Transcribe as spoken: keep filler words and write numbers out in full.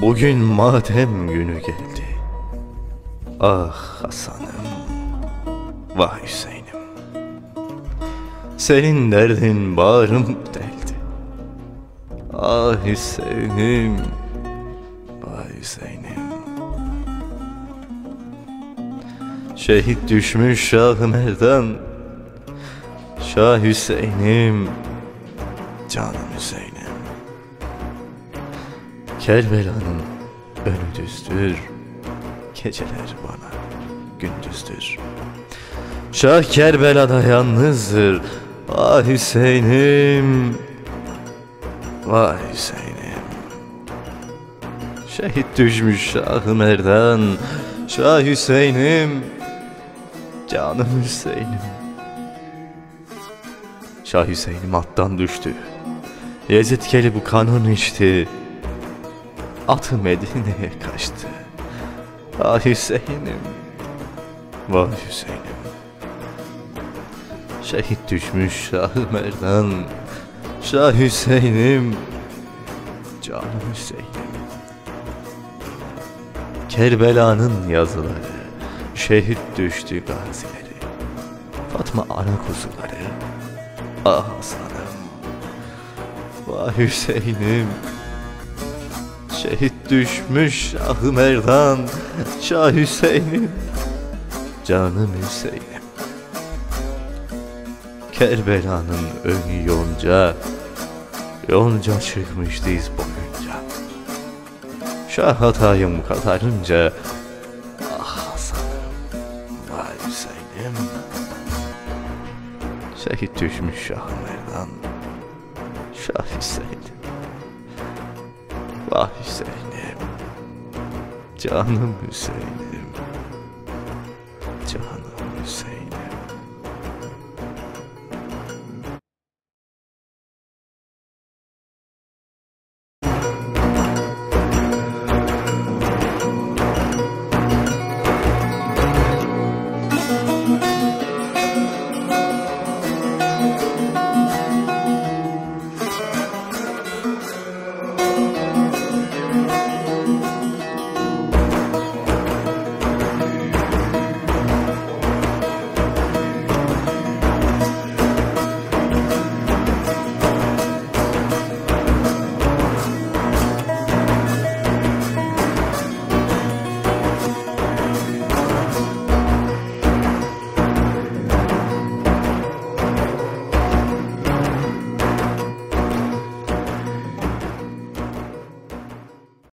Bugün matem günü geldi. Ah Hasan'ım, vah Hüseyin'im. Senin derdin bağrım deldi. Ah Hüseyin'im, vah Hüseyin'im. Şehit düşmüş Şah Merdan, Şah Hüseyin'im, canım Hüseyin'im. Kerbela'nın önü düzdür, geceler bana gündüzdür. Şah Kerbela'da yalnızdır, ah Hüseyin'im, vay Hüseyin'im. Şehit düşmüş Şah Merdan, Şah Hüseyin'im, canım Hüseyin'im. Şah Hüseyin'im attan düştü, Yezid keli bu kanın içti, atı Medine'ye kaçtı. Ah Hüseyin'im, vah Hüseyin'im. Şehit düşmüş Şah Merdan, Şah Hüseyin'im, canım Hüseyin'im. Kerbela'nın yazıları, şehit düştü gazileri, Fatma ana kuzuları, ah Hasan'ım, vah Hüseyin'im. Şehit düşmüş Şah Merdan, Şah Hüseyin'im, canım Hüseyin'im. Kerbela'nın önü yonca, yonca çıkmış diz boyunca. Şah hatayım katarınca, ah Hasan'ım, vay Hüseyin'im. Şehit düşmüş Şah Merdan, Şah Hüseyin'im, vah Hüseyin'im, canım Hüseyin'im.